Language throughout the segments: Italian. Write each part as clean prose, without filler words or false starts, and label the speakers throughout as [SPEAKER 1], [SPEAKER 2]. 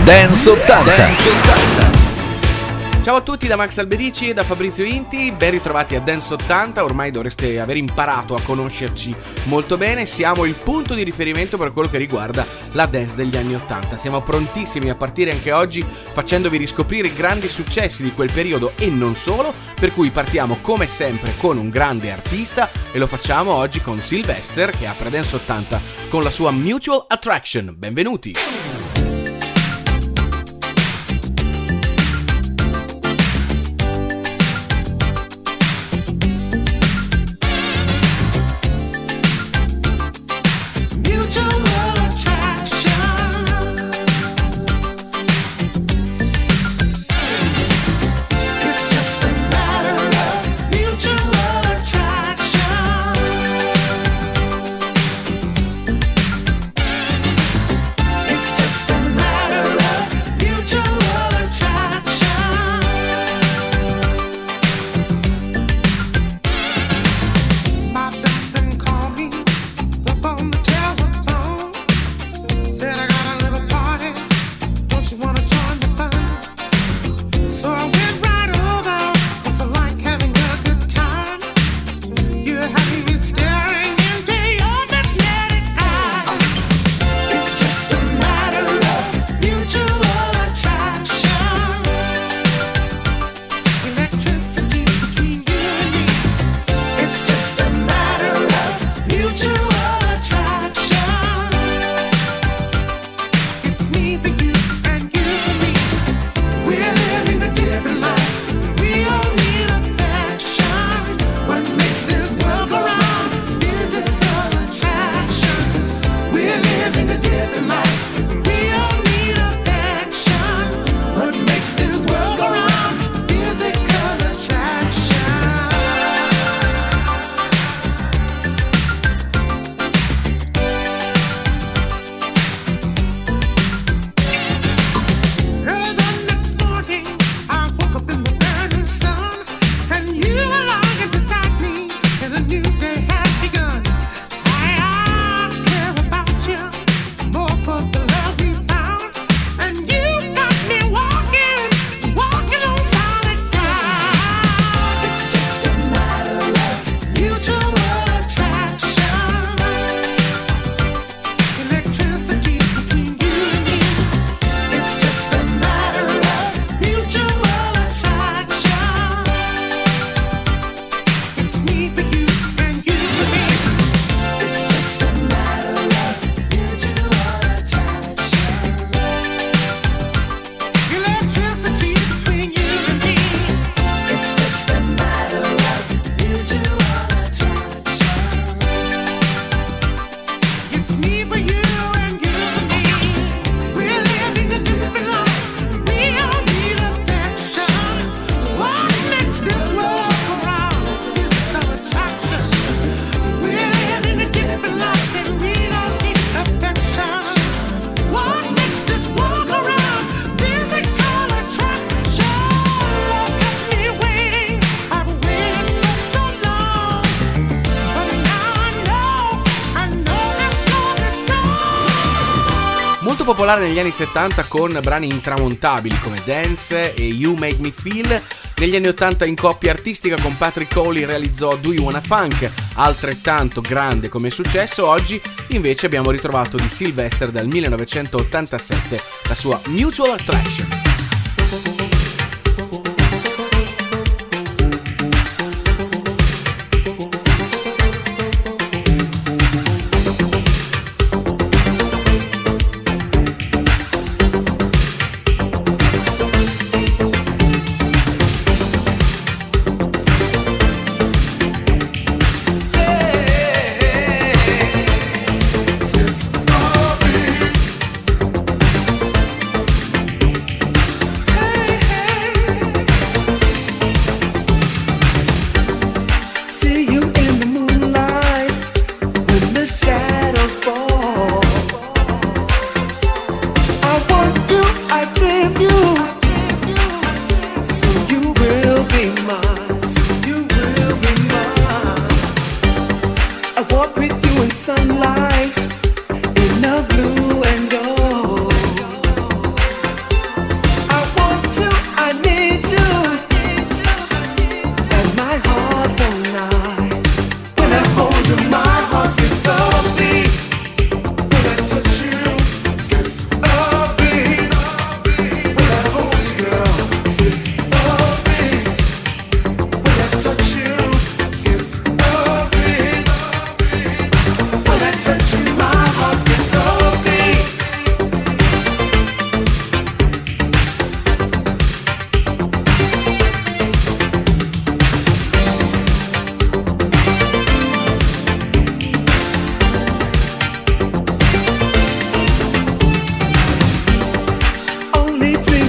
[SPEAKER 1] Dance 80.
[SPEAKER 2] Ciao a tutti da Max Alberici e da Fabrizio Inti, ben ritrovati a Dance 80, ormai dovreste aver imparato a conoscerci molto bene, siamo il punto di riferimento per quello che riguarda la dance degli anni 80, siamo prontissimi a partire anche oggi facendovi riscoprire i grandi successi di quel periodo e non solo, per cui partiamo come sempre con un grande artista e lo facciamo oggi con Sylvester che apre Dance 80 con la sua Mutual Attraction, benvenuti! Popolare negli anni 70 con brani intramontabili come Dance e You Make Me Feel. Negli anni 80 in coppia artistica con Patrick Cowley realizzò Do You Wanna Funk, altrettanto grande come successo. Oggi invece abbiamo ritrovato di Sylvester dal 1987 la sua Mutual Attraction.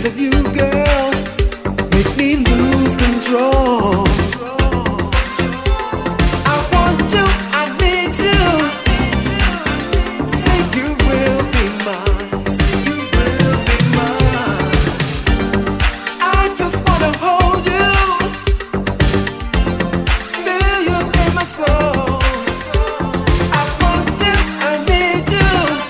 [SPEAKER 1] of you, girl, make me lose control. I want you, I need you. Say you will be mine. Say you will be mine. I just wanna hold you. Feel you in my soul. I want you, I need you.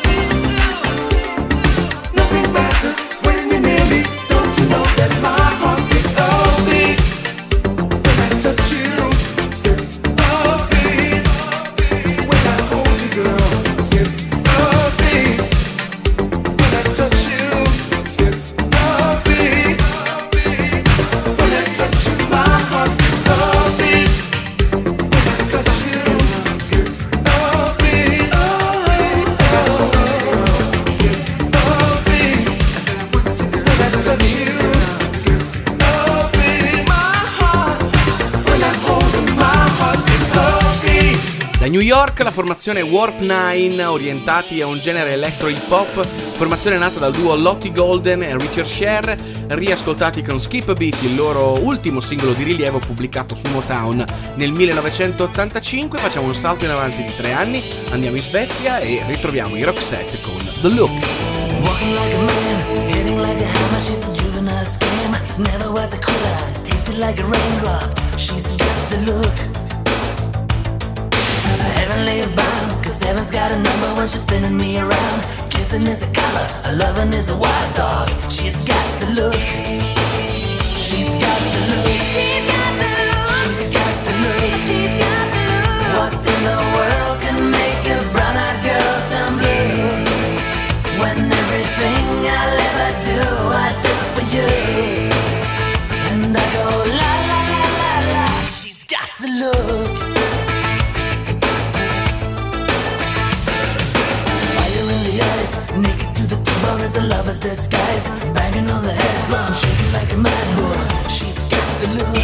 [SPEAKER 1] Nothing matters when you're near me. Don't you know that my heart beats so deep when I touch you? Skips a beat when I hold you, girl. Skips a beat when I touch you. Skips a beat when I touch you. My heart skips a beat when I touch you. Skips a beat when I hold you, girl. Skips a beat when I touch you. Skips a beat. My heart when I hold you. My heart skips a beat.
[SPEAKER 2] Da New York la formazione Warp 9, orientati a un genere electro hip hop, formazione nata dal duo Lottie Golden e Richard Sher, riascoltati con Skip a Beat, il loro ultimo singolo di rilievo pubblicato su Motown nel 1985. Facciamo un salto in avanti di 3 anni, andiamo in Svezia e ritroviamo i Roxette con The Look.
[SPEAKER 3] Walking like a man, hitting like a hammer. She's a juvenile scam, never was a quitter. Tasted like a raindrop, she's got the look. Heavenly bound, cause heaven's got a number when she's spinning me around. Kissing is a color, a loving is a wild dog. She's got the look. She's got the look. She's got the look. She's got the look. She's got the look. What in the world can make a brown-eyed girl turn blue? When everything I'll ever do, I do for you. And I go la la la la la. She's got the look. Fire in the eyes, naked to the bone as a lover's disguise. Banging on the head drum, shaking like a mad bull. She's got the look.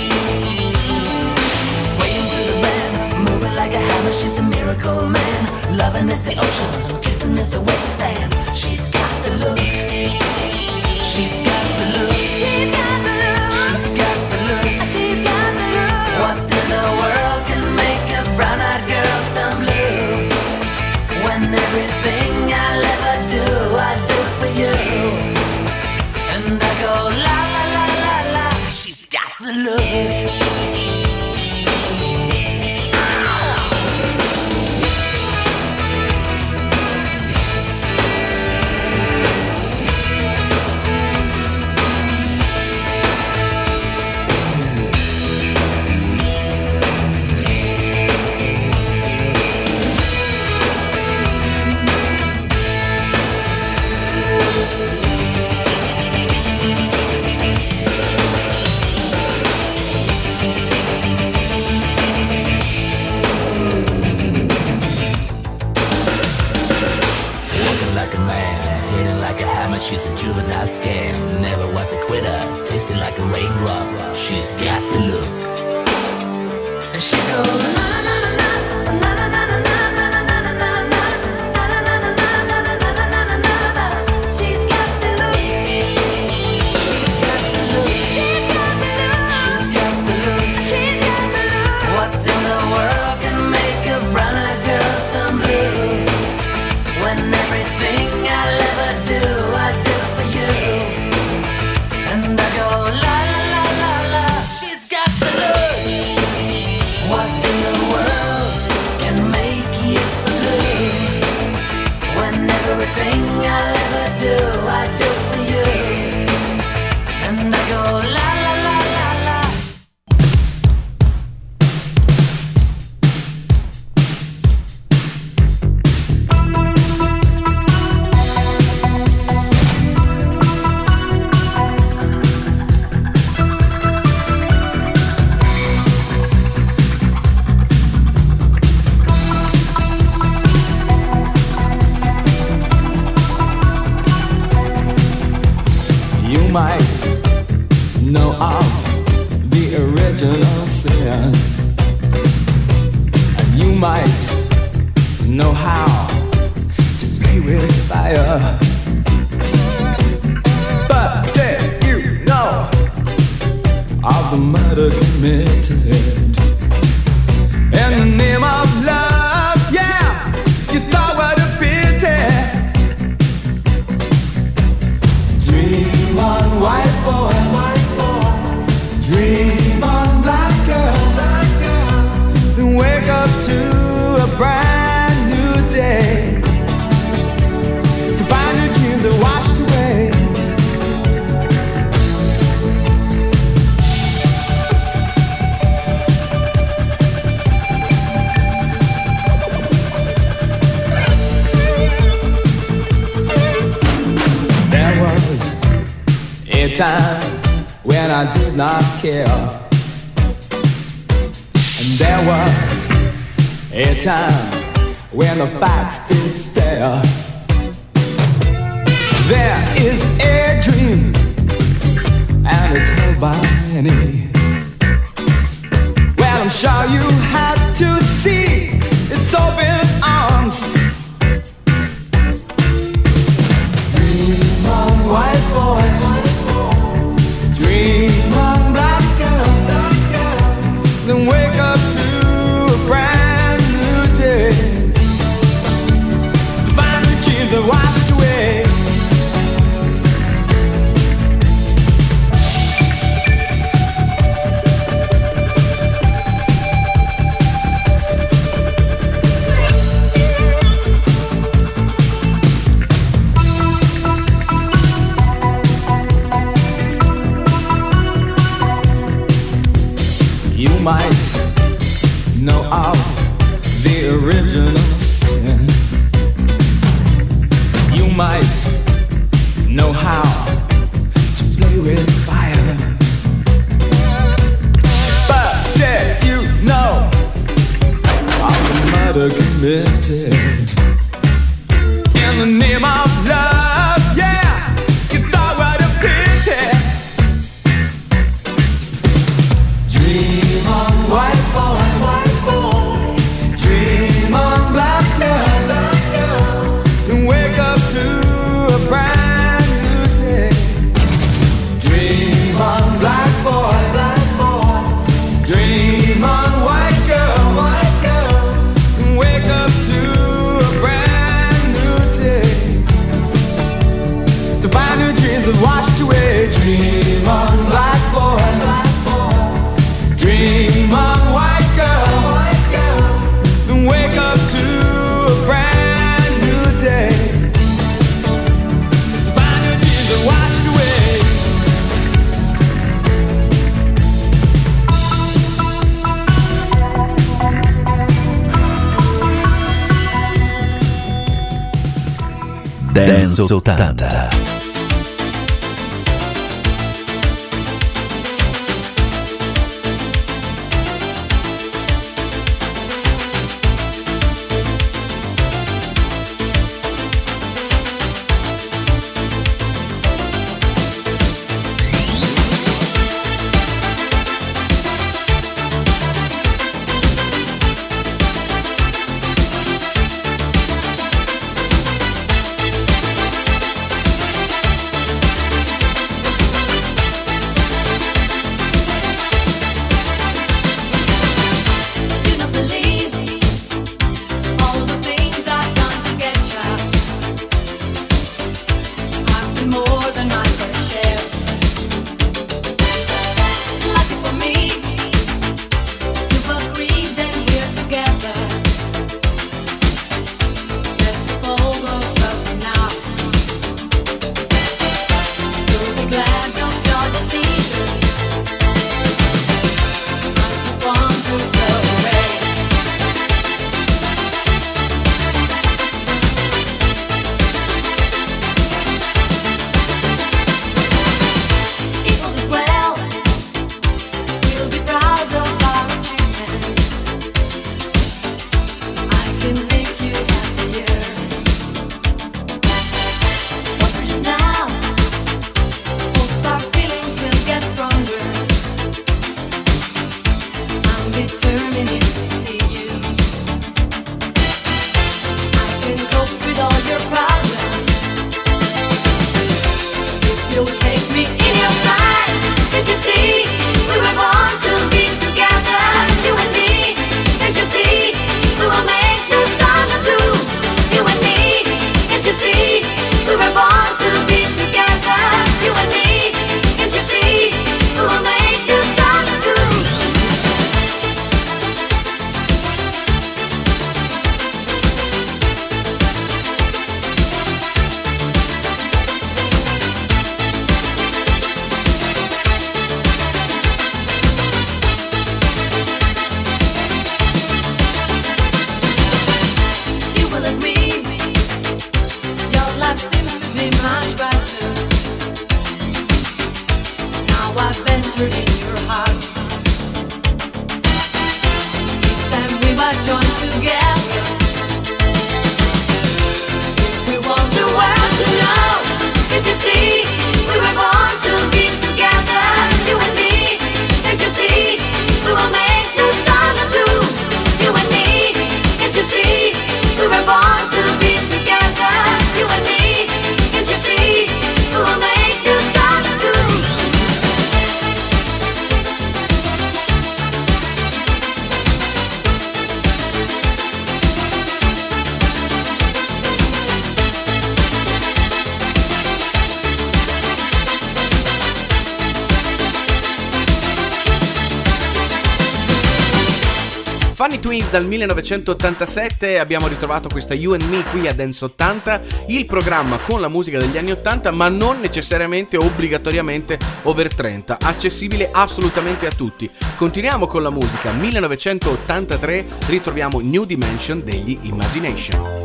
[SPEAKER 3] Swaying through the band, moving like a hammer. She's a miracle man. Loving is the ocean, kissing is the wet sand. She's got the look. She's got the look. She's got the look. She's got the look. She's got the look. What in the world can make a brown-eyed girl turn blue? When everything I'll ever do, I do for you. And I go la la la la la. She's got the look. She's a juvenile scam, never was a quitter. Tasted like a raindrop, she's got the look. And she goes na na na na na na na na na na na na na na. She's got the look. She's got the look. She's got the look. She's got the look. She's got the look. What in the world can make a brown-eyed girl turn blue? When everything I'll ever do, I do for you. And I go la la la la la. She's got the look. What in the world can make you so blue? When everything I'll ever do, I do for you. And I go la la la la la.
[SPEAKER 4] You might know of the original sin, and you might know how to play with fire, but committed. In the name of love, yeah, you thought what a pity. Dream on, white boy, dream on, black girl, then wake up to a brand new day, to find your dreams are washed away. There was a time when I did not care, and there was a time when the facts did stare. There is a dream, and it's held by many. Well, I'm sure you had to see its open arms. Dream on, white boy, dream on, black girl, then wake up to a brand new day, to find the dreams that washed away. You might know of the original sin. You might know how to play with fire. But did you know of the murder committed in the name of love? Yeah, you thought what a pity. Dream on, white boy, dream on, black girl, and wake up to a brand new day. Dream on, black boy, dream on, white girl, and wake up to a brand new day, to find your dreams that washed away. Dream on, black boy, dream on, white girl, then wake up to a brand new day, to find your dreams that washed away.
[SPEAKER 5] Dance 80.
[SPEAKER 3] shelter in your heart. It's time we might join together. We want the world to know. Can't you see? We were born to be together, you and me. Can't you see? We will make the stars blue. You and me. Can't you see? We were born to be together, you and me. Can't you see? We will make the stars blue.
[SPEAKER 2] Funny Twins dal 1987, abbiamo ritrovato questa You and Me qui a Dance 80, il programma con la musica degli anni 80 ma non necessariamente o obbligatoriamente over 30, accessibile assolutamente a tutti. Continuiamo con la musica, 1983 ritroviamo New Dimension degli Imagination.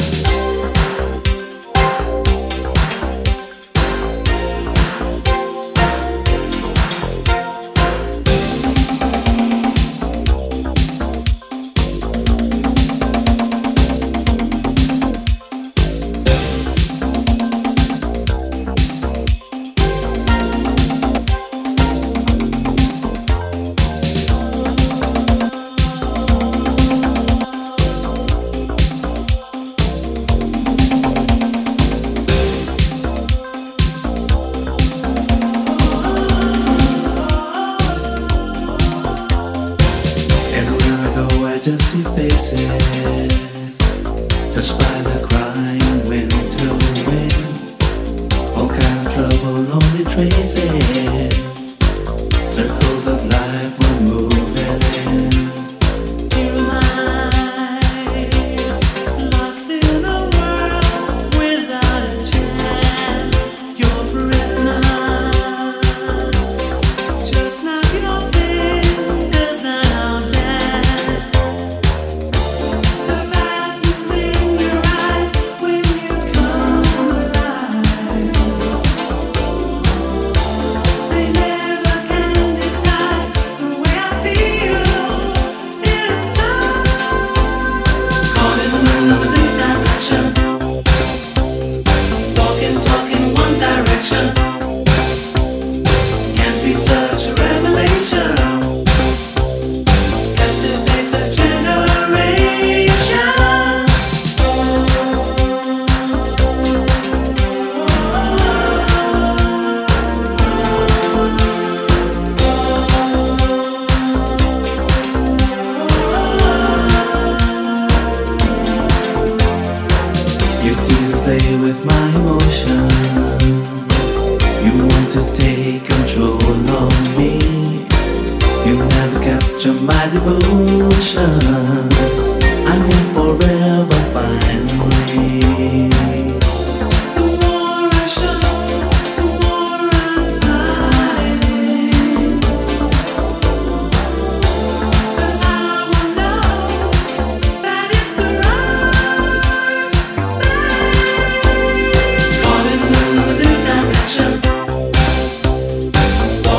[SPEAKER 5] Just see faces touched by the crying winter wind. All kind of trouble, only traces. Circles of life were moving in. You and I, lost in a world without a chance. You're a prisoner. Just like your fingers and I'll dance.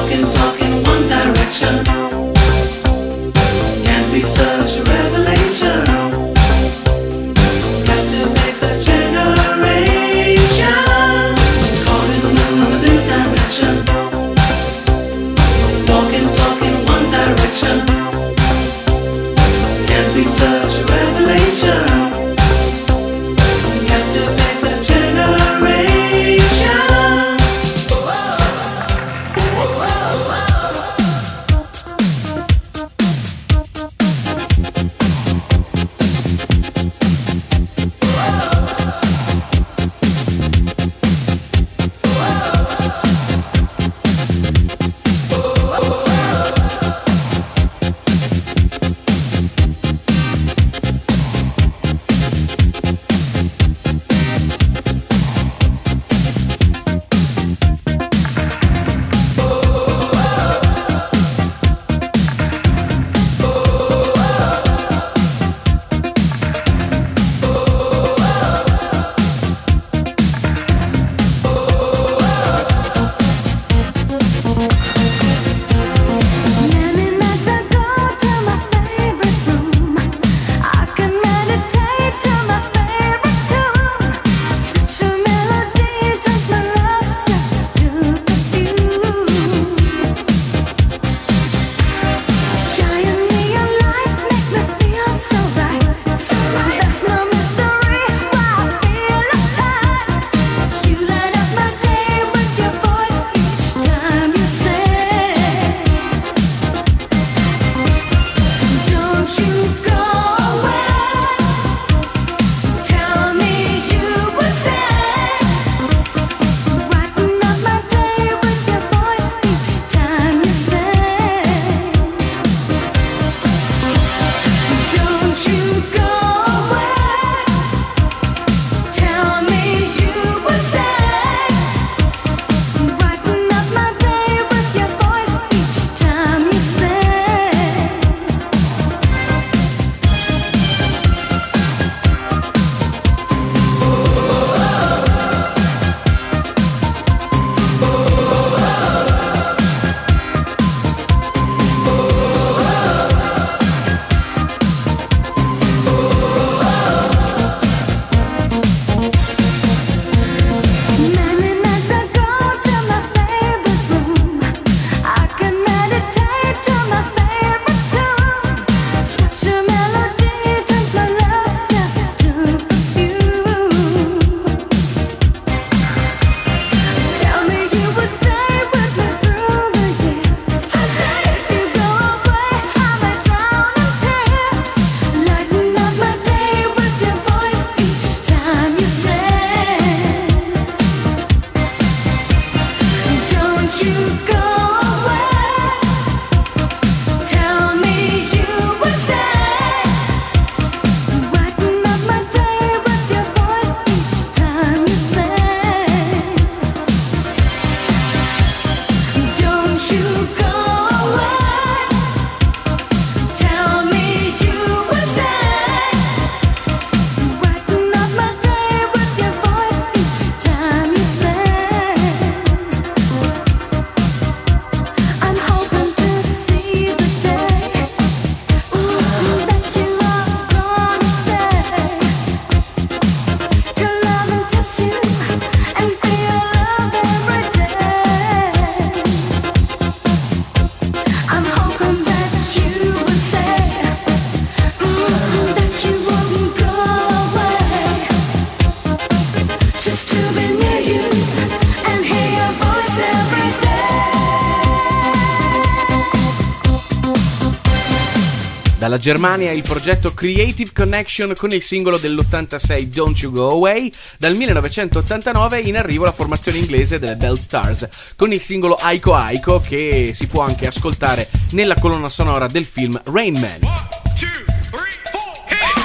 [SPEAKER 5] Talking one direction can be such a revelation.
[SPEAKER 2] Dalla Germania il progetto Creative Connection con il singolo dell'86 Don't You Go Away. Dal 1989 in arrivo la formazione inglese delle Bell Stars con il singolo Aiko Aiko, che si può anche ascoltare nella colonna sonora del film Rain Man.
[SPEAKER 6] 1, 2, 3, 4, hit it!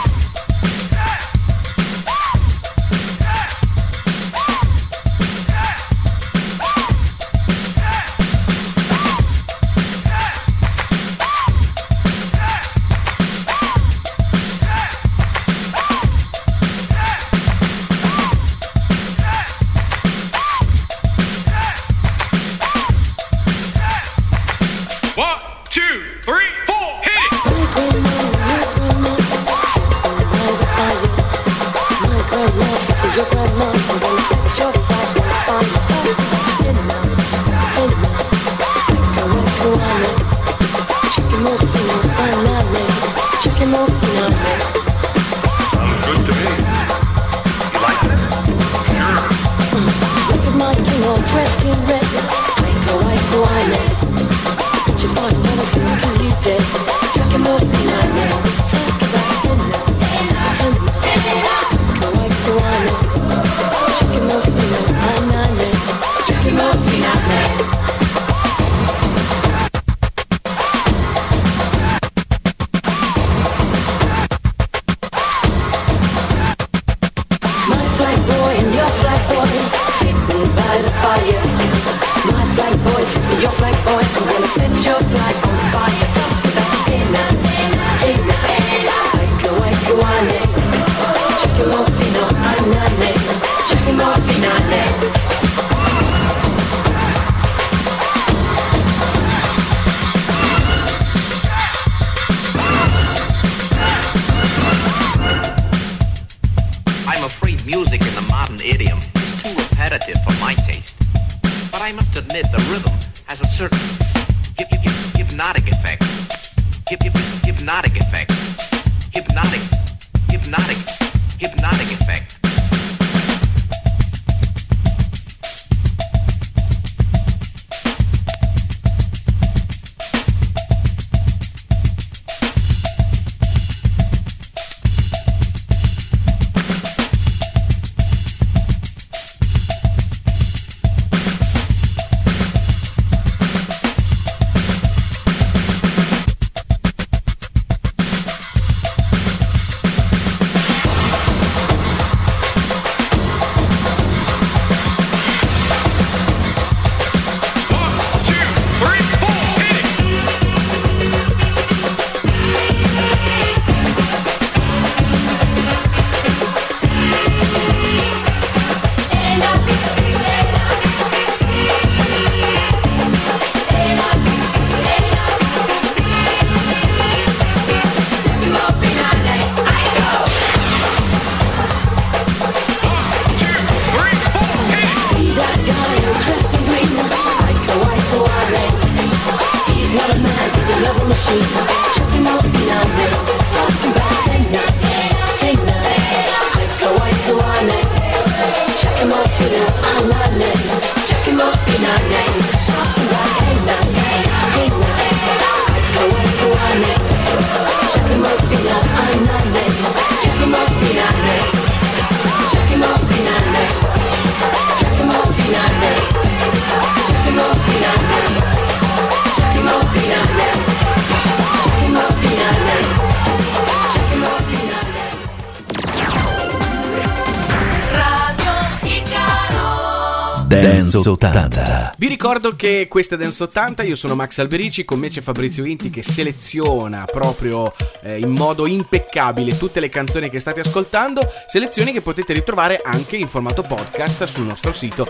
[SPEAKER 7] Dance 80.
[SPEAKER 2] Vi ricordo che questa è Dance 80, io sono Max Alberici, con me c'è Fabrizio Inti che seleziona proprio in modo impeccabile tutte le canzoni che state ascoltando, selezioni che potete ritrovare anche in formato podcast sul nostro sito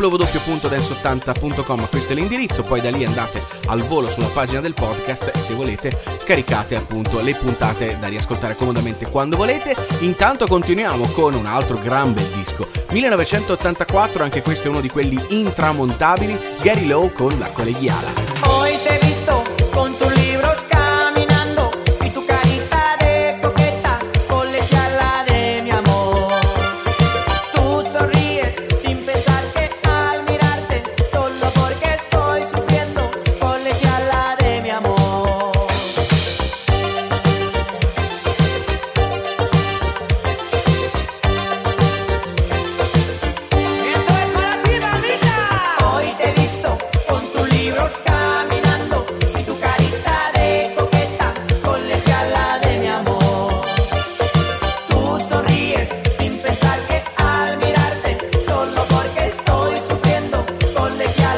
[SPEAKER 2] www.dance80.com. Questo è l'indirizzo, poi da lì andate al volo sulla pagina del podcast e se volete scaricate appunto le puntate da riascoltare comodamente quando volete. Intanto continuiamo con un altro gran bel disco, 1984, anche questo è uno di quelli intramontabili, Gary Lowe con La Colegiala.
[SPEAKER 4] Hoy te he visto con tus libros caminando y tu carita de coqueta, colegiala de mi amor. Tú sonríes sin pensar que al mirarte, solo porque estoy sufriendo, colegiala de mi amor.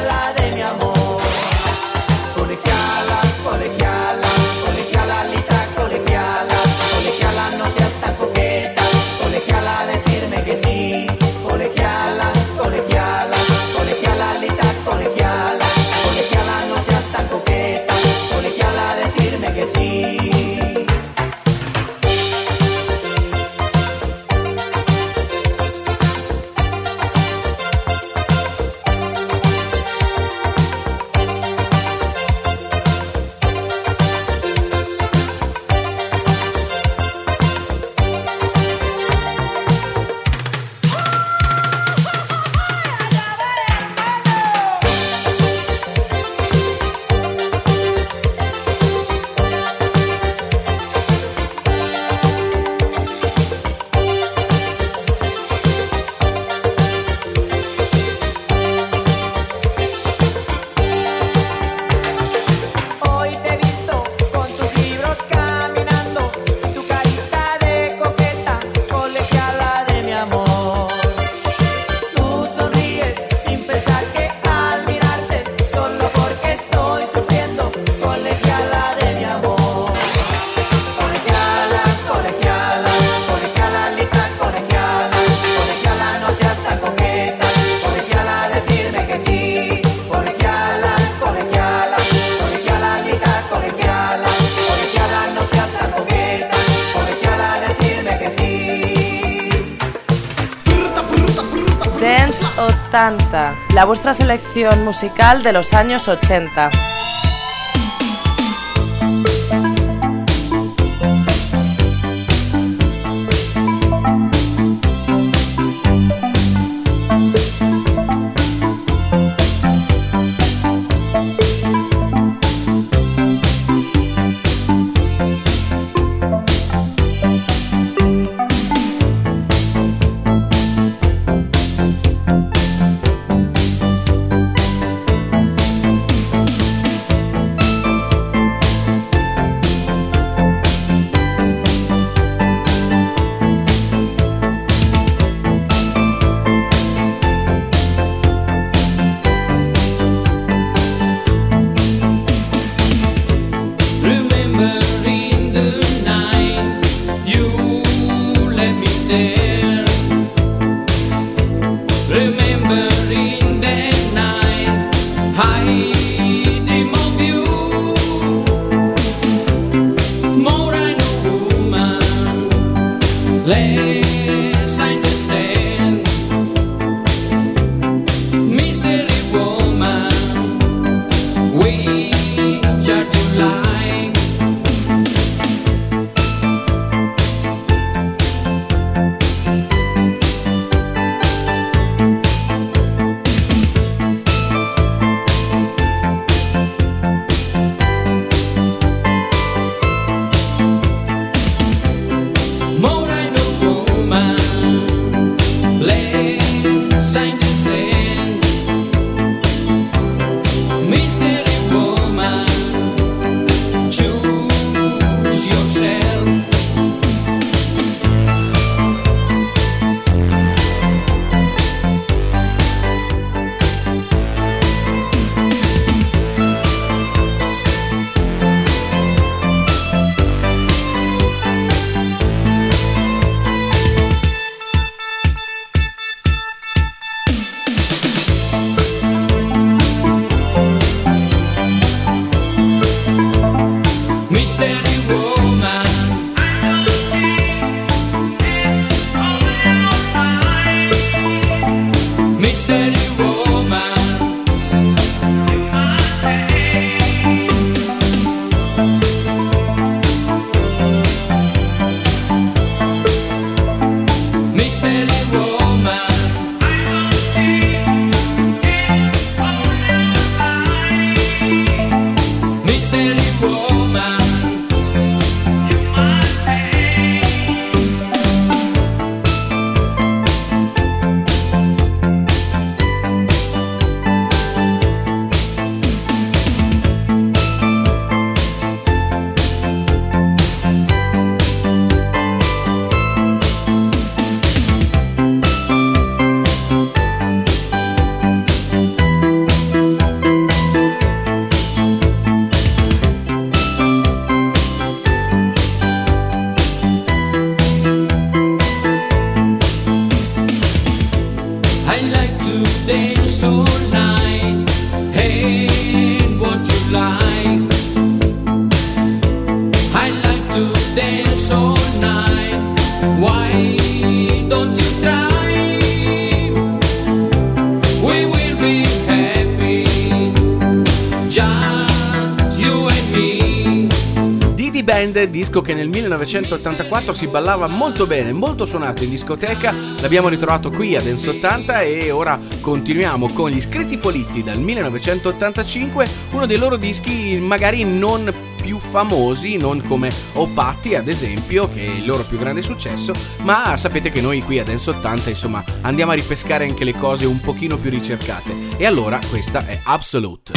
[SPEAKER 4] colegiala de mi amor. Colegiala, colegiala, colegialalita, colegiala, colegiala, no seas tan coqueta, colegiala, decirme que sí. Colegiala, colegiala, colegialalita, colegiala, colegiala, no seas tan coqueta, colegiala, decirme que sí. Hoy te he visto con tus libros caminando y tu carita de coqueta, colegiala de mi amor. Tú sonríes sin pensar que al mirarte, solo porque estoy sufriendo, colegiala de mi amor. Colegiala, colegiala, colegialalita, colegiala, colegiala, no seas tan coqueta, colegiala, decirme que sí. Colegiala, colegiala, colegialalita, colegiala, colegiala, no seas tan coqueta, colegiala, decirme que sí.
[SPEAKER 8] Dance 80, la vuestra selección musical de los años 80.
[SPEAKER 1] Remembering the night you let me there. Remembering that night I dream of you. More I know, woman, less I understand. Mystery woman, we are to like. More I know, woman, less I understand. Mystery woman, choose yourself. Mystery woman, mystery woman, mystery woman, mystery woman.
[SPEAKER 2] Lily Band, disco che nel 1984 si ballava molto bene, molto suonato in discoteca. L'abbiamo ritrovato qui a Dance 80 e ora continuiamo con gli Scritti Politti dal 1985, uno dei loro dischi magari non più famosi, non come O Patti ad esempio, che è il loro più grande successo, ma sapete che noi qui a Dance 80 insomma andiamo a ripescare anche le cose un pochino più ricercate, e allora questa è Absolute.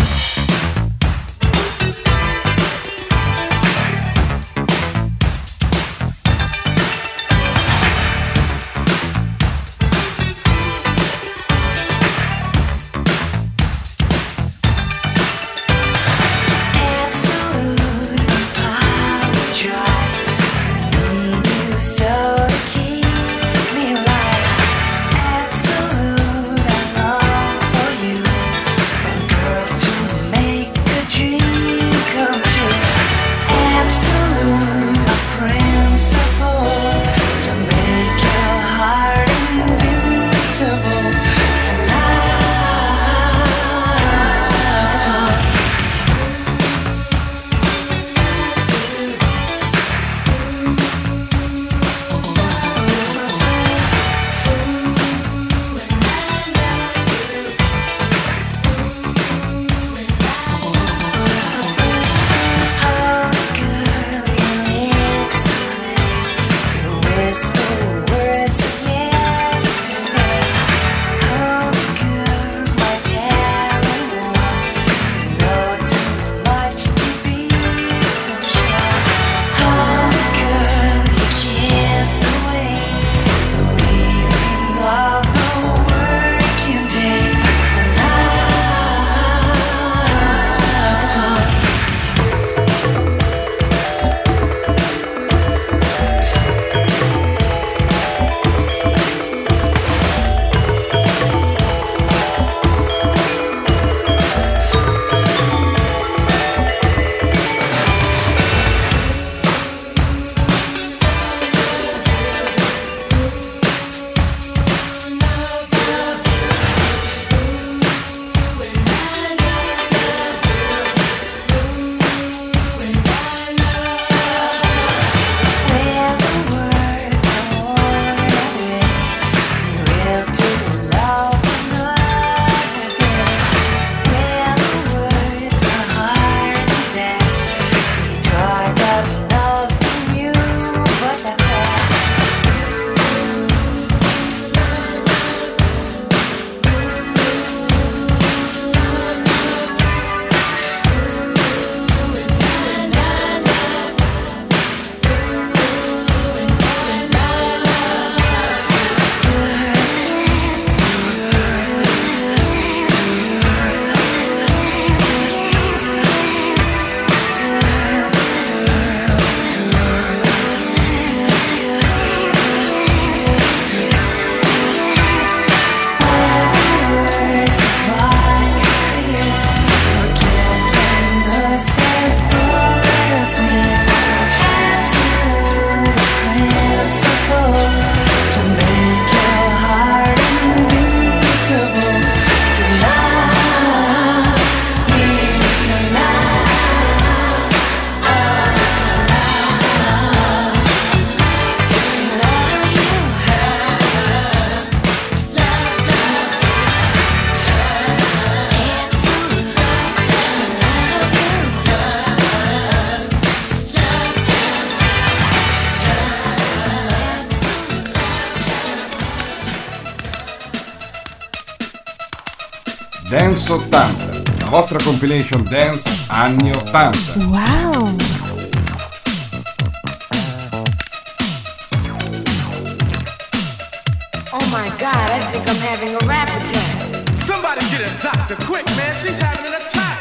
[SPEAKER 9] Dance 80, la vostra compilation dance anni 80.
[SPEAKER 10] Wow!
[SPEAKER 11] Oh my God, I think I'm having a rap attack.
[SPEAKER 6] Somebody get a doctor quick, man. She's having an attack.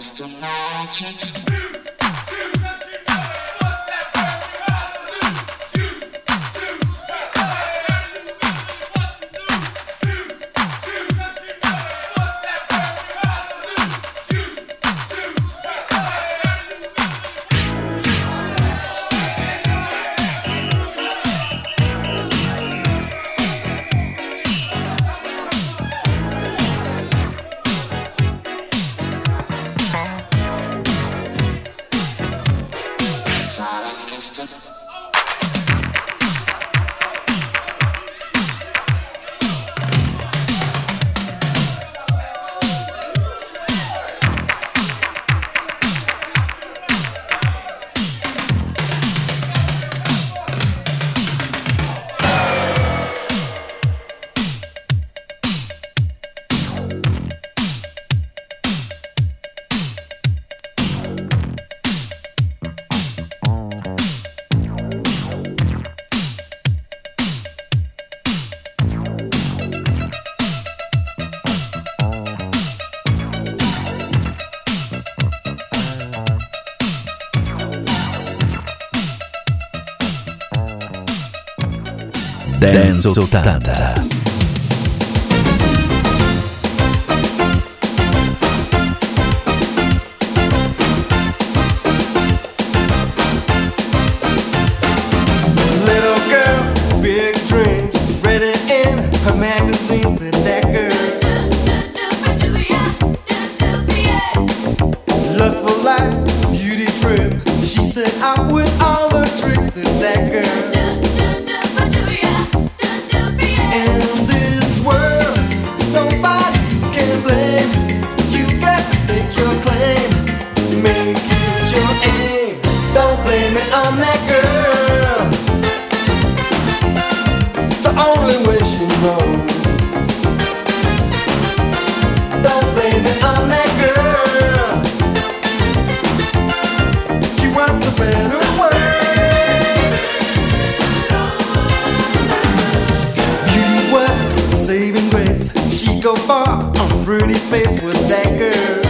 [SPEAKER 7] Dance 80.
[SPEAKER 1] Little girl, big dreams, read it in her magazines, but that girl lust for life, beauty trip. She said out with all her tricks, but that girl. In this world, nobody can blame. You got to stake your claim, make it your aim. Don't blame it on that girl. It's the only way she knows. Don't blame it on that girl. She wants a better world. Beauty was a saving grace. She go far on pretty face with that girl.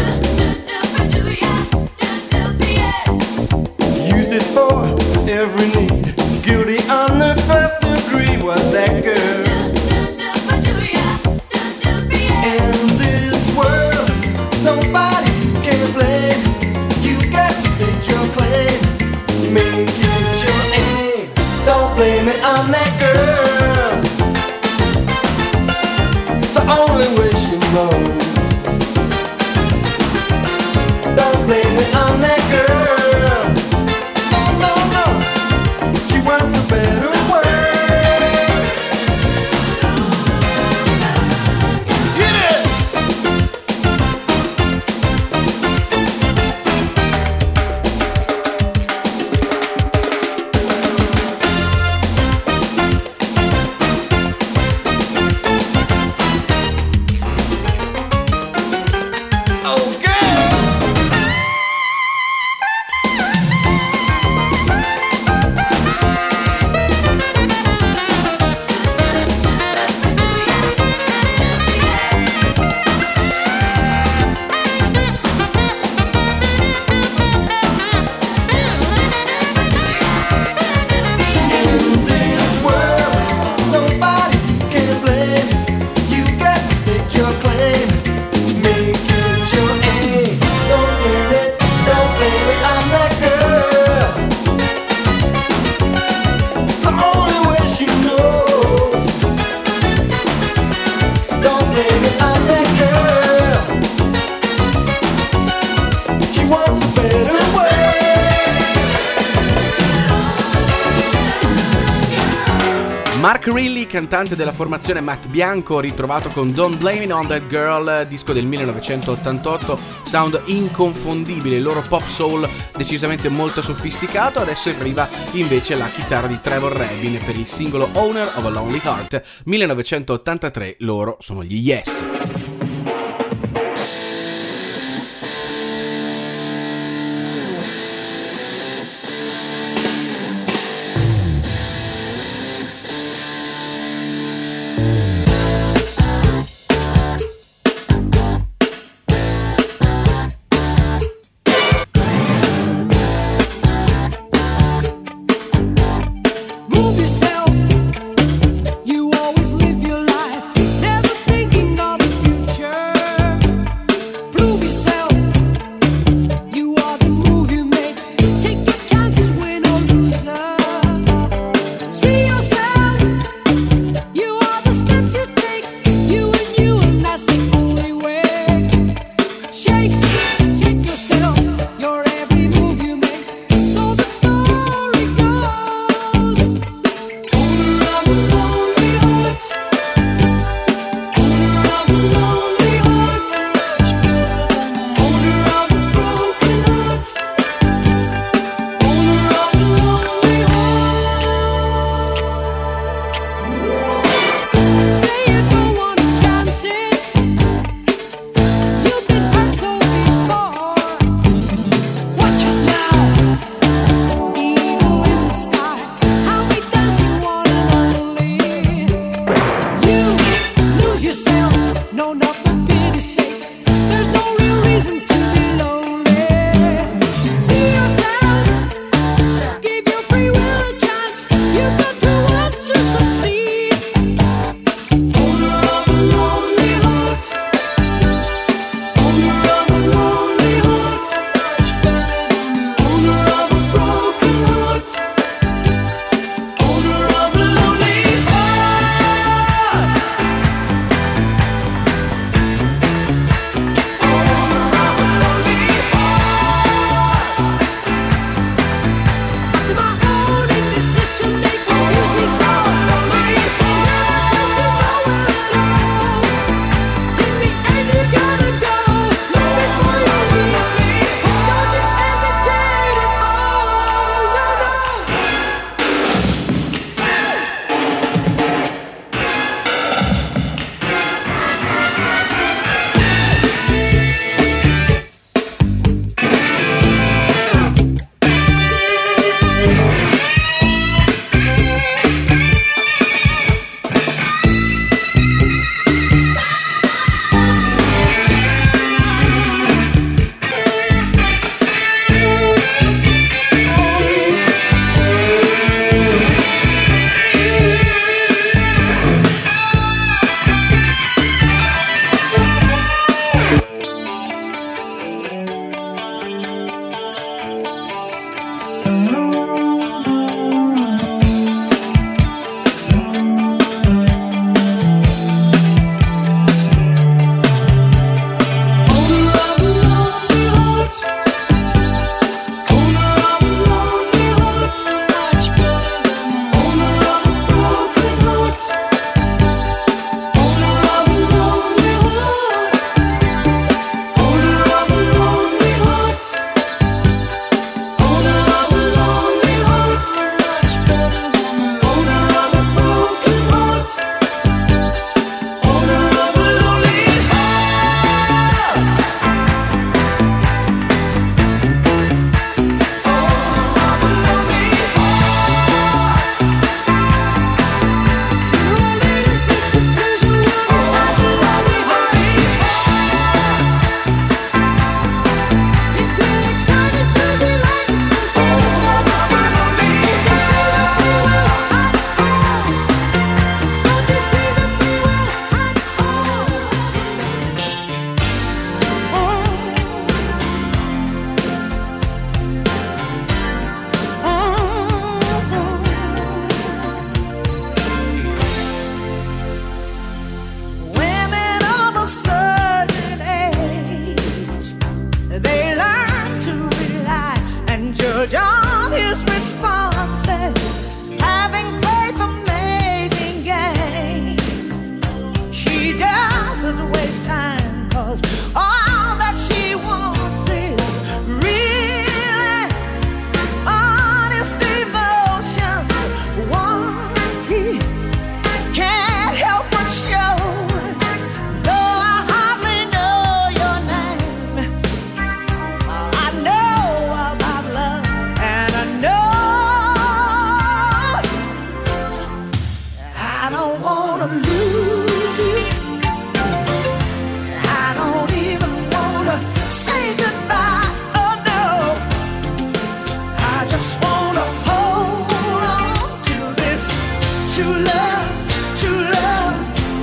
[SPEAKER 1] Used it for every need. Guilty on the first degree was that girl. In this world, nobody can blame. You got to stake your claim, make it your aim. Don't blame it on that girl. It's the only way she knows. Don't blame it on that girl. Oh no, no, she wants a better world. Hit it! In this world, nobody can blame. You got to stake your claim, make it your aim. Don't blame it on that girl. It's the only way she knows. Don't blame it on that girl. She wants a better way.
[SPEAKER 2] Mark Riley, cantante della formazione Matt Bianco, ritrovato con Don't Blame It on That Girl, disco del 1988, sound inconfondibile, il loro pop soul decisamente molto sofisticato. Adesso arriva invece la chitarra di Trevor Rabin per il singolo Owner of a Lonely Heart, 1983, loro sono gli Yes.
[SPEAKER 1] wanna lose you. I don't even wanna say goodbye. Oh no, I just wanna hold on to this true love, true love.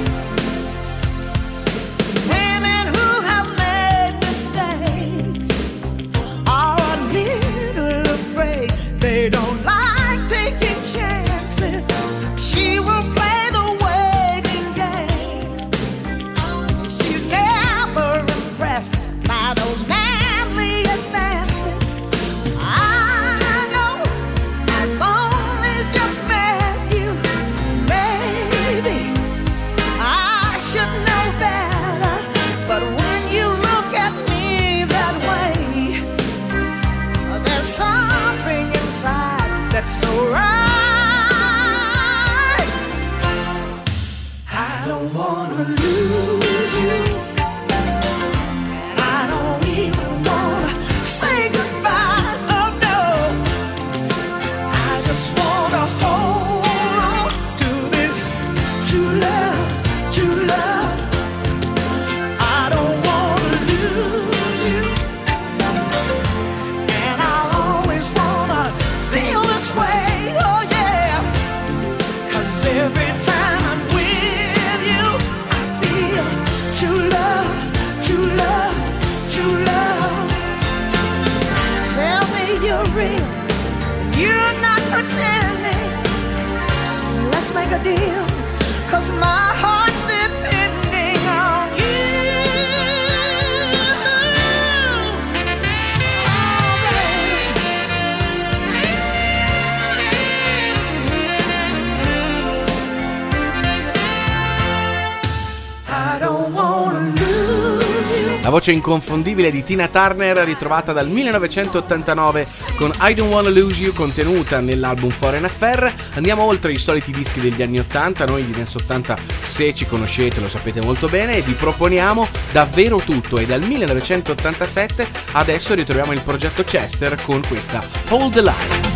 [SPEAKER 1] Women who have made mistakes are a little afraid. They don't like taking chances. She will play the waiting game. She's never impressed by those manly advances. I know I've only just met you. Maybe I should know better, but when you look at me that way, there's something inside that's so right. I don't wanna lose you. I don't even wanna say goodbye. Oh no, I just wanna hold on to this true love, true love. I don't wanna lose you, and I always wanna feel this way. Oh yeah, 'cause every time I'm with you, I feel true love, true love, true love. Tell me you're real, you're not pretending. Let's make a deal, 'cause my heart's depending on you. I don't wanna lose you.
[SPEAKER 2] La voce inconfondibile di Tina Turner, ritrovata dal 1989 con I Don't Wanna Lose You, contenuta nell'album Foreign Affair. Andiamo oltre i soliti dischi degli anni 80. Noi di Dance 80, se ci conoscete, lo sapete molto bene, e vi proponiamo davvero tutto. E dal 1987 adesso ritroviamo il progetto Chester con questa Hold the Line.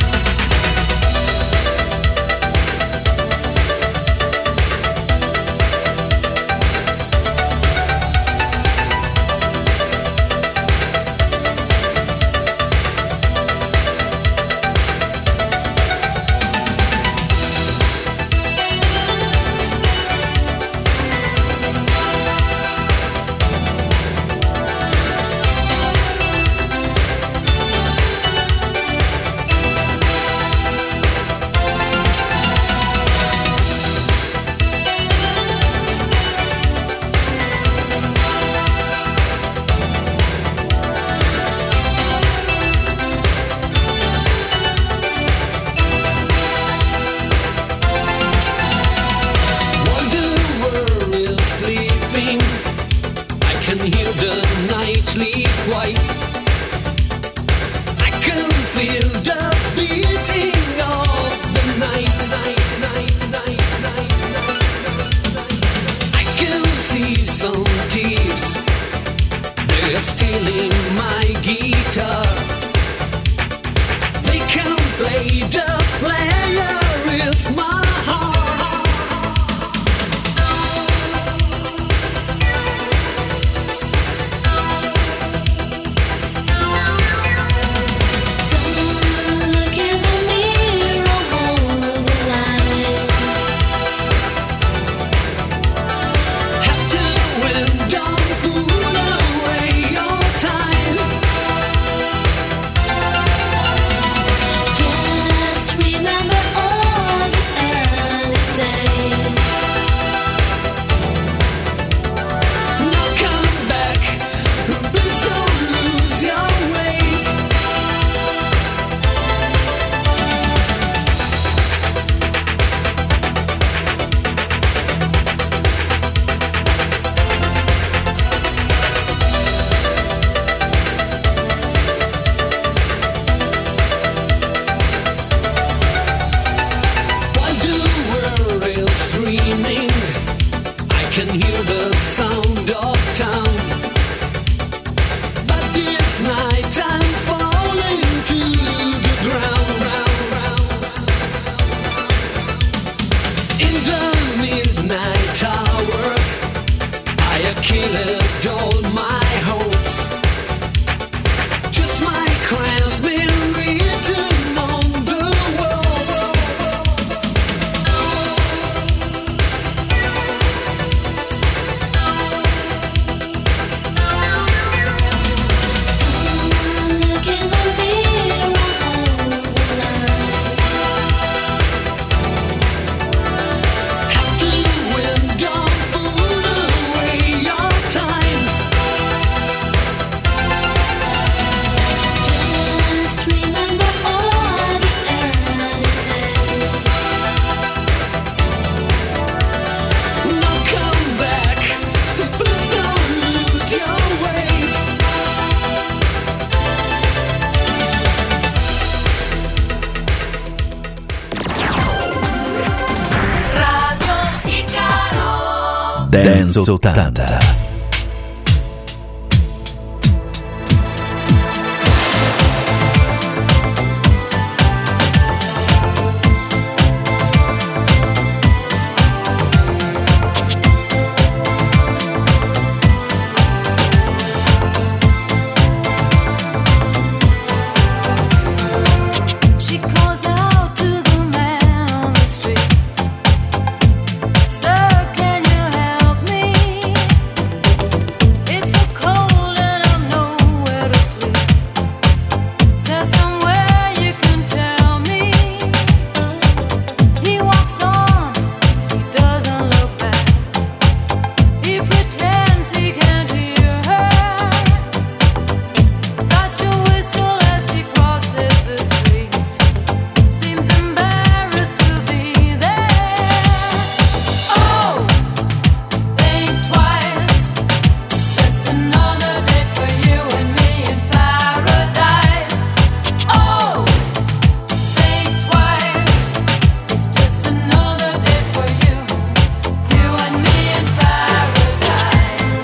[SPEAKER 10] In the midnight
[SPEAKER 7] Dance 80.
[SPEAKER 3] She calls out to the man on the street. Sir, can you help me? It's so cold and I'm nowhere to sleep. There's somewhere you can tell me. He walks on, he doesn't look back. He pretends he can't hear her. Starts to whistle as he crosses the street. Seems embarrassed to be there. Oh, think twice. It's just another day for you and me in paradise. Oh, think twice. It's just another day for you and me in paradise.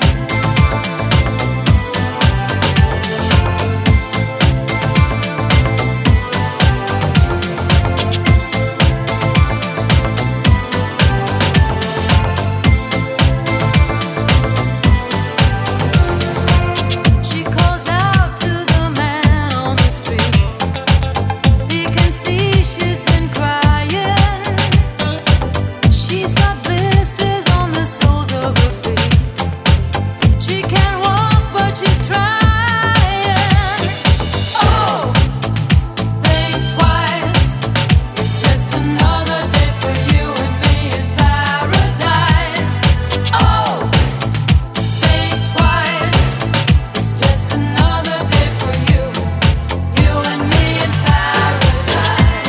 [SPEAKER 3] She calls out to the man on the street. He can see she's been crying. She's got blisters on the soles of her feet. She can't walk, but she's trying. Oh, think twice. It's just another day for you and me in paradise. Oh, think twice. It's just another day for you and me in paradise.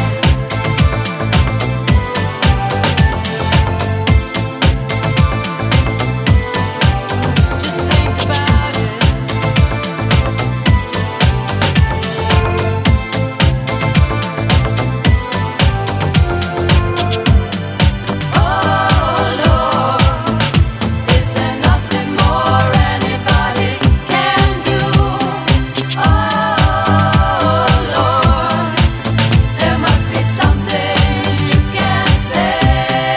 [SPEAKER 3] Just think about it. Oh Lord, is there nothing more anybody can do? Oh Lord, there must be something you can say.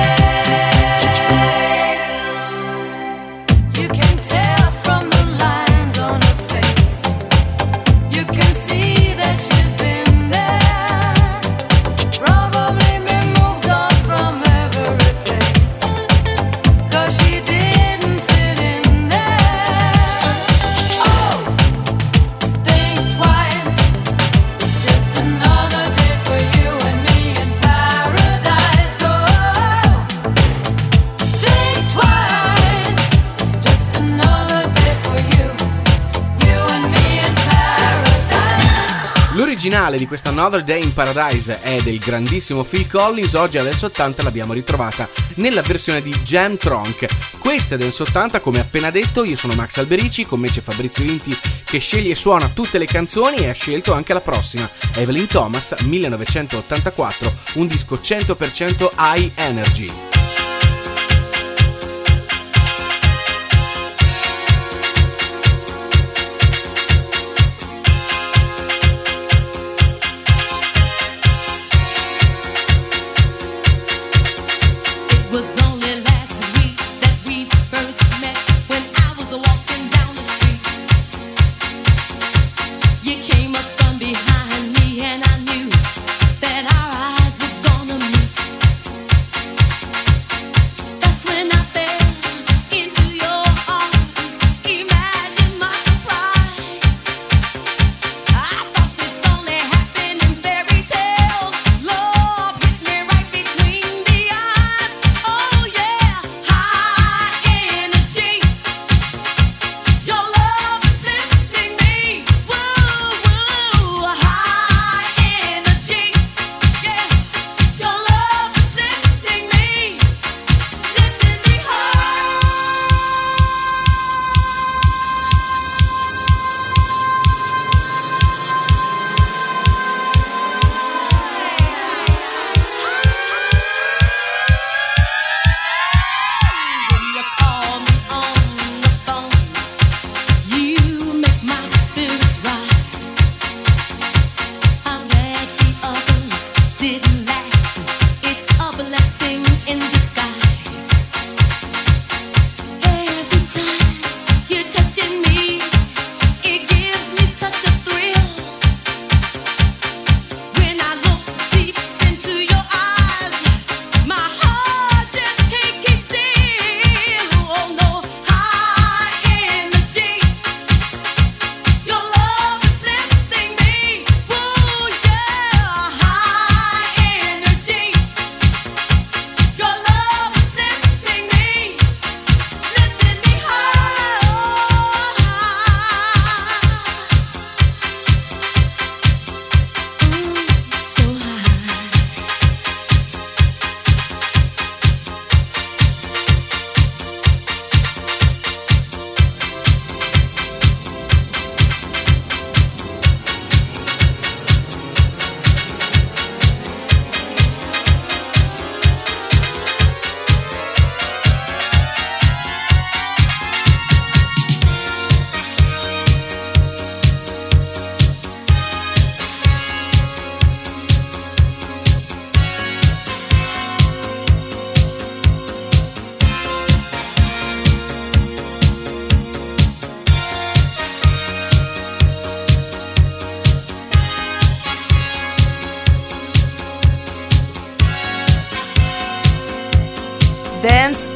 [SPEAKER 3] You can tell from the lines on her face. You can see that she's been there. Probably been moved on from every place. 'Cause she didn't fit in there. Oh, think twice. It's just another day for you and me in paradise. Oh, think twice. It's just another day for you and me in paradise.
[SPEAKER 2] L'originale di questa Another Day in Paradise è del grandissimo Phil Collins. Oggi a Dance 80 l'abbiamo ritrovata nella versione di Jam Trunk. Questa è Dance 80, come appena detto. Io sono Max Alberici, con me c'è Fabrizio Inti che sceglie e suona tutte le canzoni e ha scelto anche la prossima, Evelyn Thomas, 1984, un disco 100% high energy.
[SPEAKER 5] It was only last week that we first met when I was walking down the street. You came up from behind me and I knew that our eyes were gonna meet.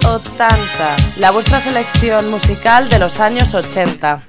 [SPEAKER 8] 80, la vuestra selección musical de los años 80.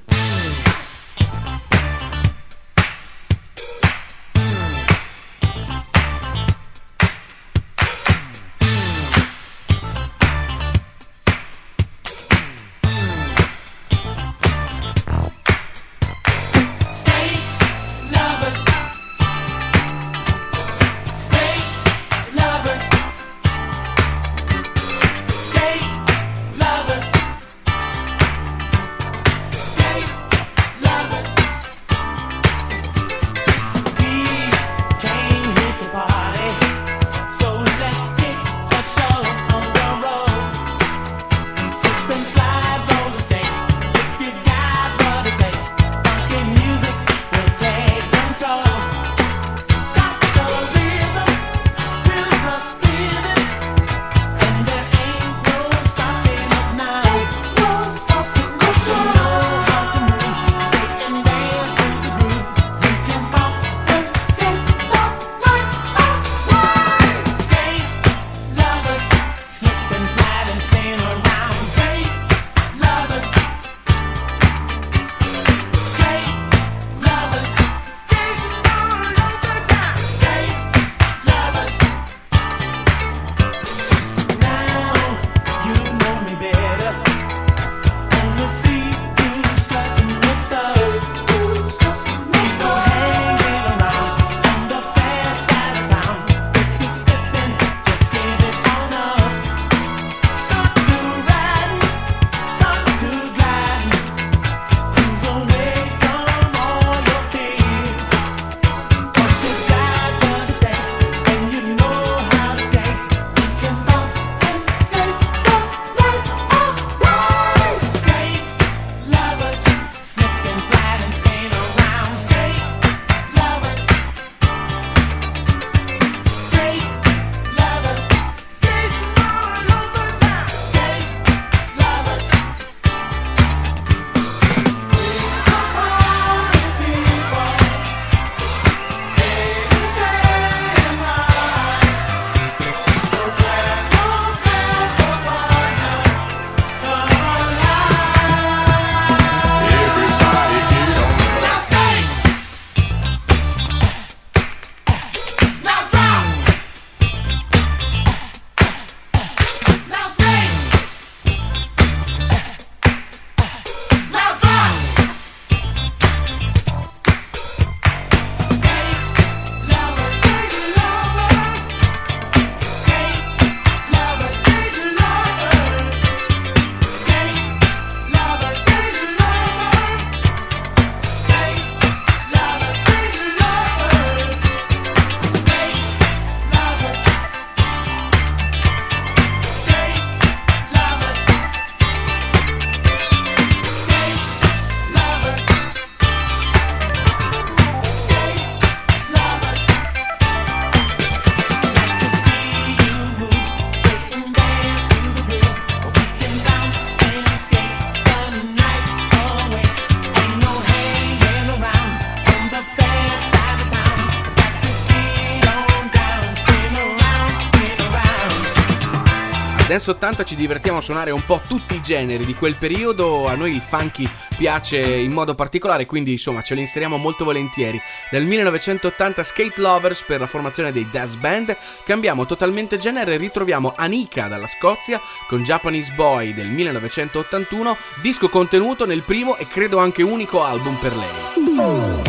[SPEAKER 2] Dance 80 ci divertiamo a suonare un po' tutti i generi di quel periodo, a noi il funky piace in modo particolare, quindi insomma ce li inseriamo molto volentieri. Nel 1980 Skate Lovers per la formazione dei Das Band, cambiamo totalmente genere e ritroviamo Anika dalla Scozia con Japanese Boy del 1981, disco contenuto nel primo e credo anche unico album per lei.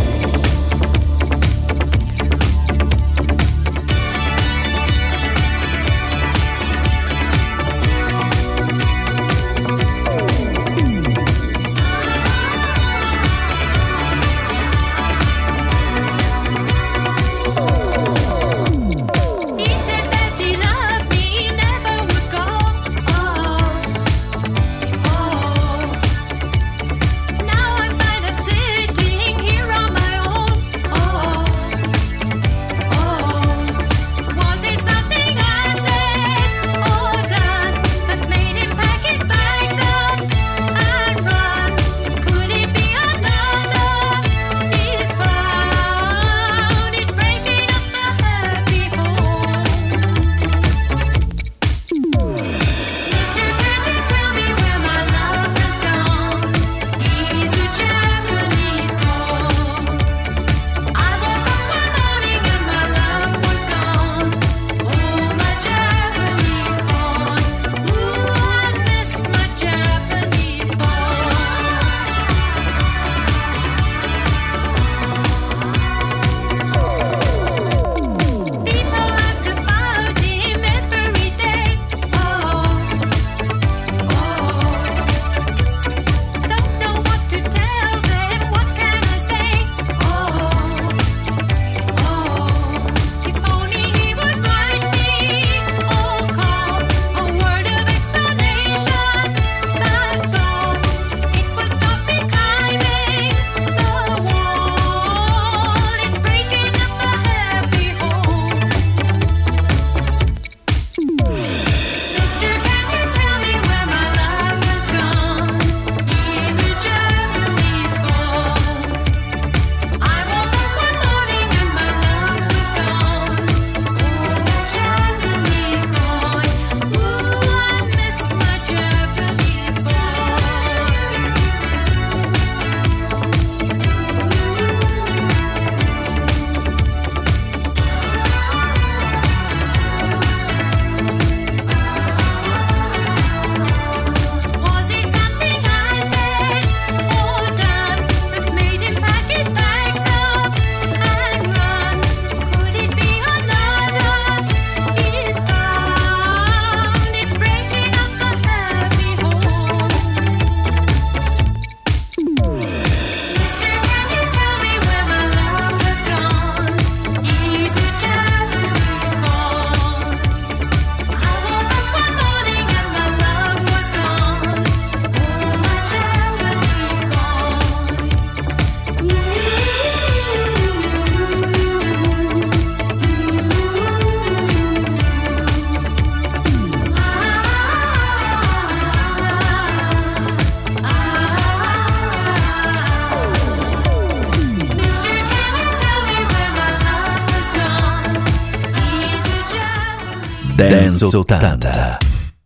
[SPEAKER 3] Now I find I'm sitting here on my
[SPEAKER 7] Dance 80.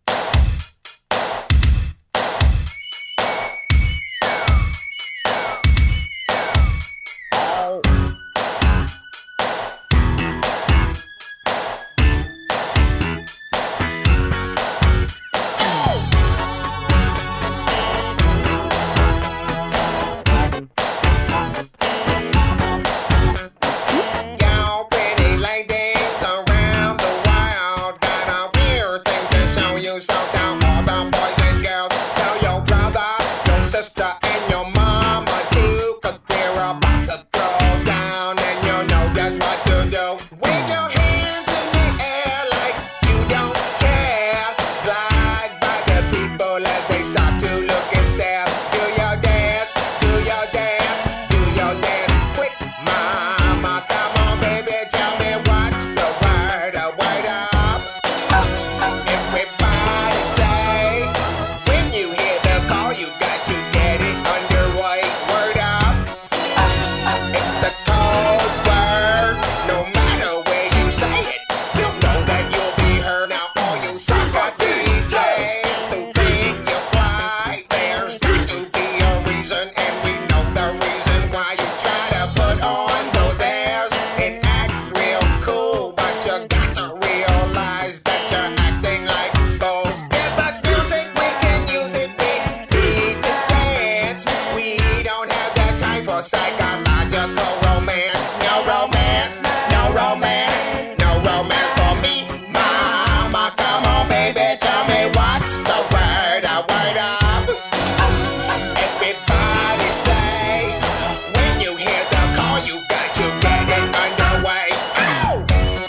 [SPEAKER 10] Y'all pretty ladies around the world got a weird thing to show you. So tell all the boys and girls, tell your brother, your sister, and your mama too, 'cause we're about to throw down and you know just what to do. Wave your hands in the air like you don't care. Glide by the people as they stop to look and stare. Do your dance, do your dance, do your dance quick, mama. Come on, baby, tell me what's the word, a word up. Everybody say, when you hear the call, you got to get it underway. Word up. It's the code word. No matter where you say it, you'll know that you'll be heard. Now all you sucker DJs who think you fly, there's got to be a reason, and we know the reason why you try to put on those airs and act real cool, but you got to realize that you're acting like fools. Give us music, we can use it. We need to dance. We don't have the time for psychological romance. No romance, no romance, no romance for me, mama. Come on, baby, tell me what's the word, a word up. Everybody say, when you hear the call, you got to get it underway. Ow!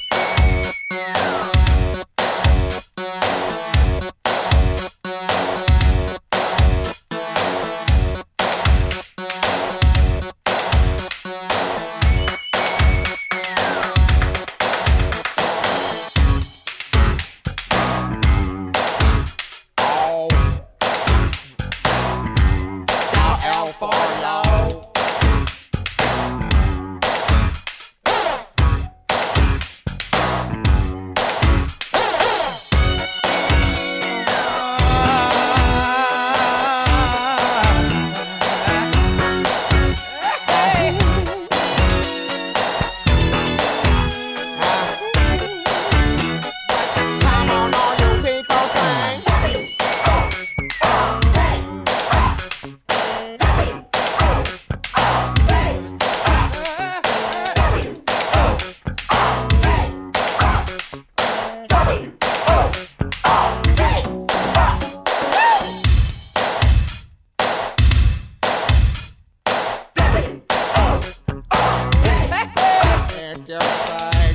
[SPEAKER 10] L for low. Come on, all you people sing. Get your flag.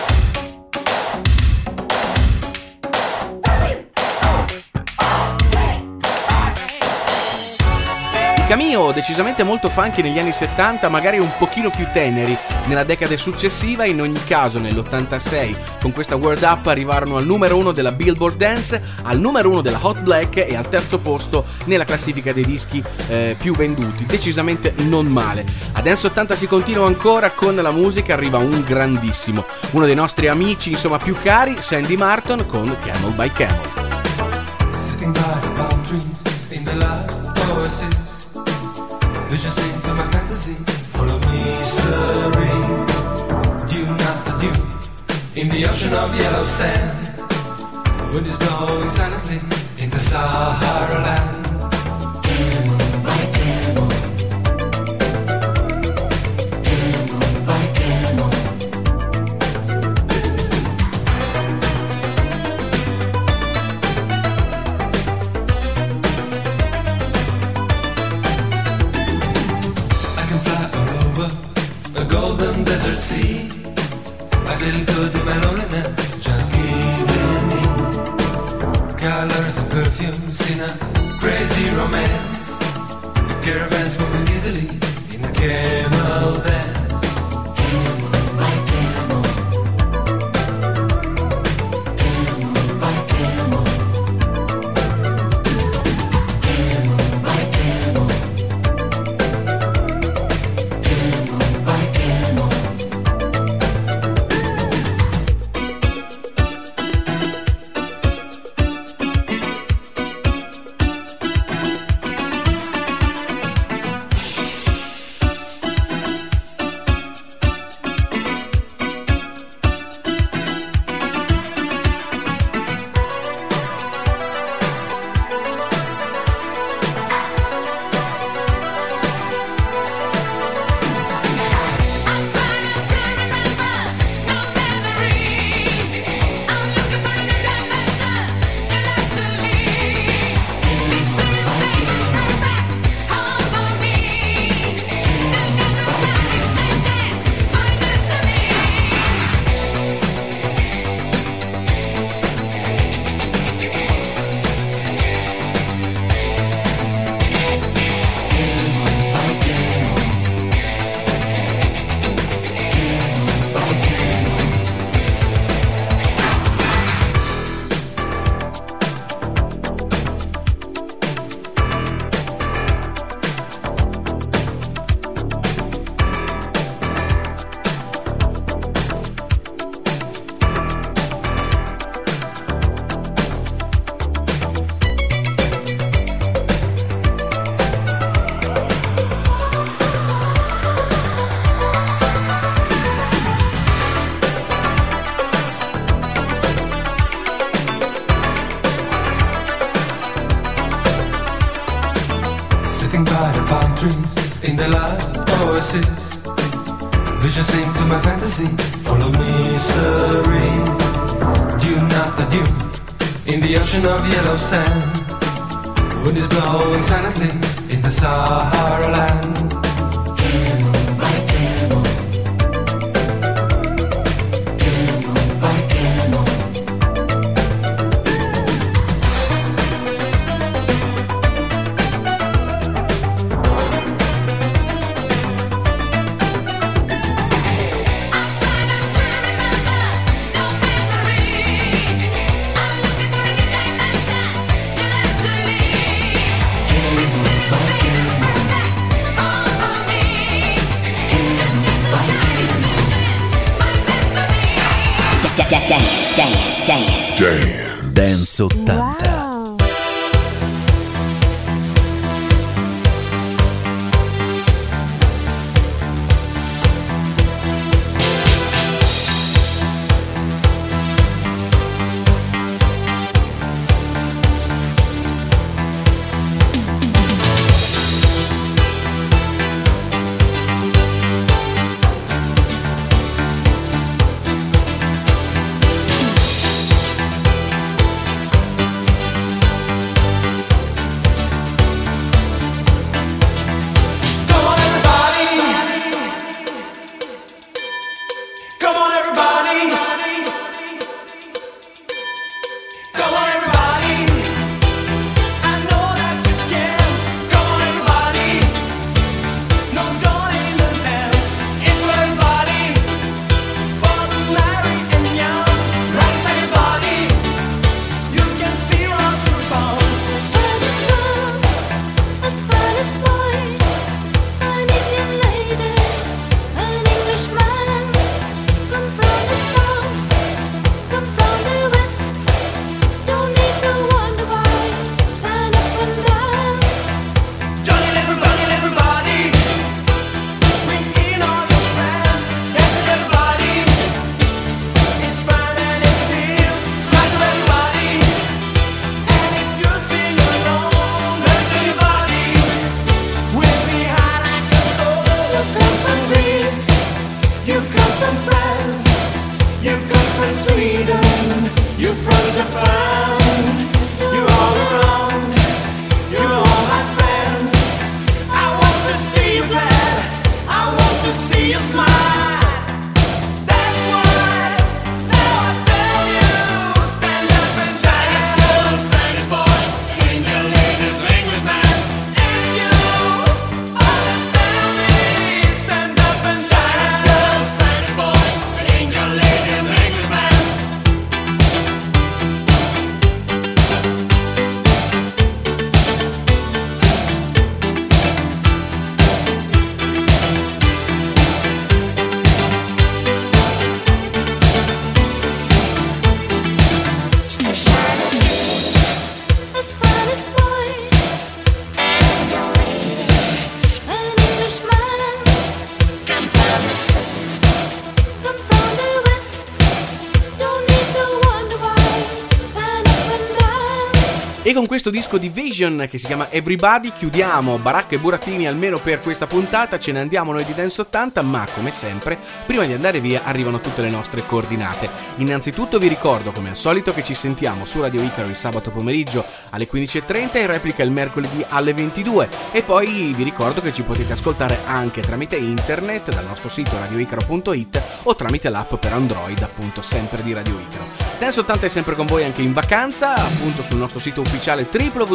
[SPEAKER 2] Cameo, decisamente molto funky negli anni 70, magari un pochino più teneri nella decade successiva. In ogni caso nell'86 con questa Word Up arrivarono al numero 1 della Billboard Dance, al numero 1 della Hot Black e al terzo posto nella classifica dei dischi più venduti. Decisamente non male. A Dance 80 si continua ancora con la musica, arriva un grandissimo, uno dei nostri amici insomma più cari, Sandy Martin con Camel by Camel.
[SPEAKER 1] Sitting by the palm trees in the last oasis, visions into my fantasy, full of mystery. Dune after dune, in the ocean of yellow sand, wind is blowing silently in the Sahara land. Camel by camel, camel by camel. A golden desert sea, I feel good in my loneliness, just giving me colors and perfumes in a crazy romance. The caravans moving easily in a camel dance. Camel by camel, camel by camel, camel by camel. Walking by the palm trees in the last oasis, visions into my fantasy, full of mystery. Dune after dune, in the ocean of yellow sand, wind is blowing silently in the Sahara land. Camel by camel, camel by camel.
[SPEAKER 7] Dance 80.
[SPEAKER 2] E con questo disco di Vision che si chiama Everybody chiudiamo Baracca e Burattini almeno per questa puntata. Ce ne andiamo noi di Dance 80, ma come sempre prima di andare via arrivano tutte le nostre coordinate. Innanzitutto vi ricordo come al solito che ci sentiamo su Radio Icaro il sabato pomeriggio alle 15.30 e in replica il mercoledì alle 22, e poi vi ricordo che ci potete ascoltare anche tramite internet dal nostro sito radioicaro.it o tramite l'app per Android, appunto sempre di Radio Icaro. Dance 80 è sempre con voi anche in vacanza, appunto sul nostro sito ufficiale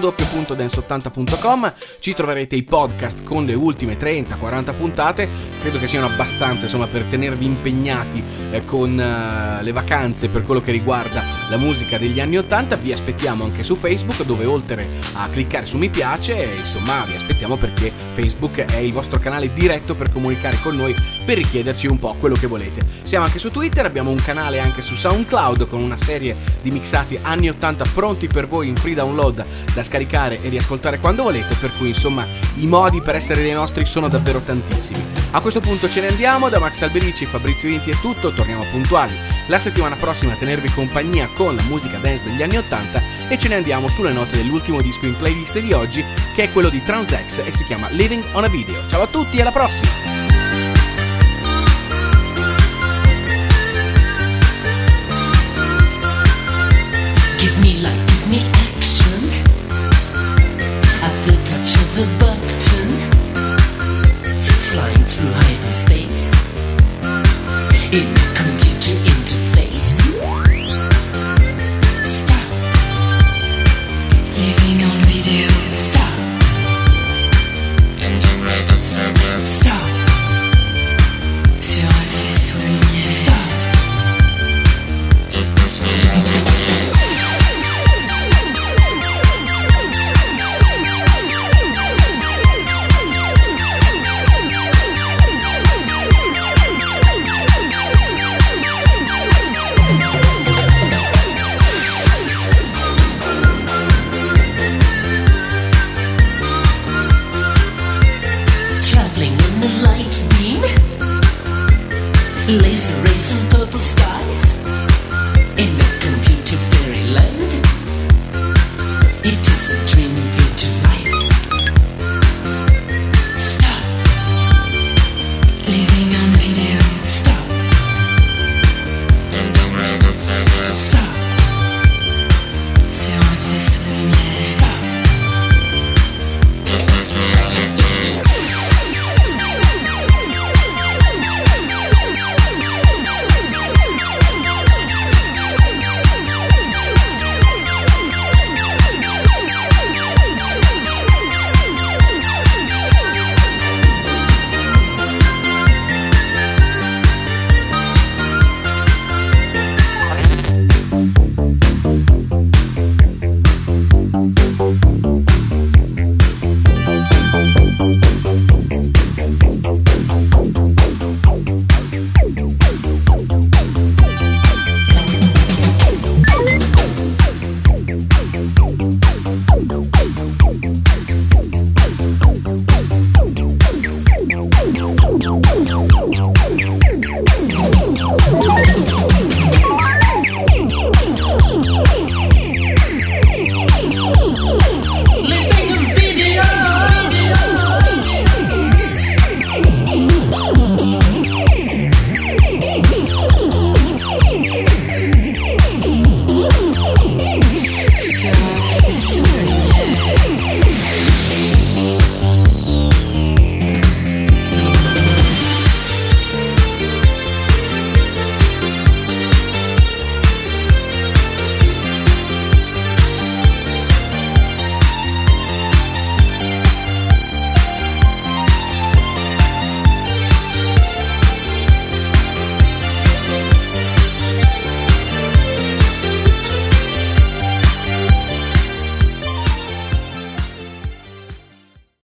[SPEAKER 2] www.dance80.com. Ci troverete i podcast con le ultime 30-40 puntate, credo che siano abbastanza insomma per tenervi impegnati con le vacanze per quello che riguarda la musica degli anni 80. Vi aspettiamo anche su Facebook, dove oltre a cliccare su mi piace, insomma vi aspettiamo perché Facebook è il vostro canale diretto per comunicare con noi, per richiederci un po' quello che volete. Siamo anche su Twitter, abbiamo un canale anche su SoundCloud con una una serie di mixati anni 80 pronti per voi in free download da scaricare e riascoltare quando volete, per cui insomma i modi per essere dei nostri sono davvero tantissimi. A questo punto ce ne andiamo, da Max Alberici e Fabrizio Inti è tutto, torniamo puntuali la settimana prossima a tenervi compagnia con la musica dance degli anni 80 e ce ne andiamo sulle note dell'ultimo disco in playlist di oggi, che è quello di Transex e si chiama Living on a Video. Ciao a tutti e alla prossima!
[SPEAKER 5] Give me life, give me action. At the touch of a button, flying through hyperspace in a computer interface. Stop. Living on video. Stop. Stop. Sur un faisceau lumière. Stop. Is this reality? Traveling in the light beam, laser racing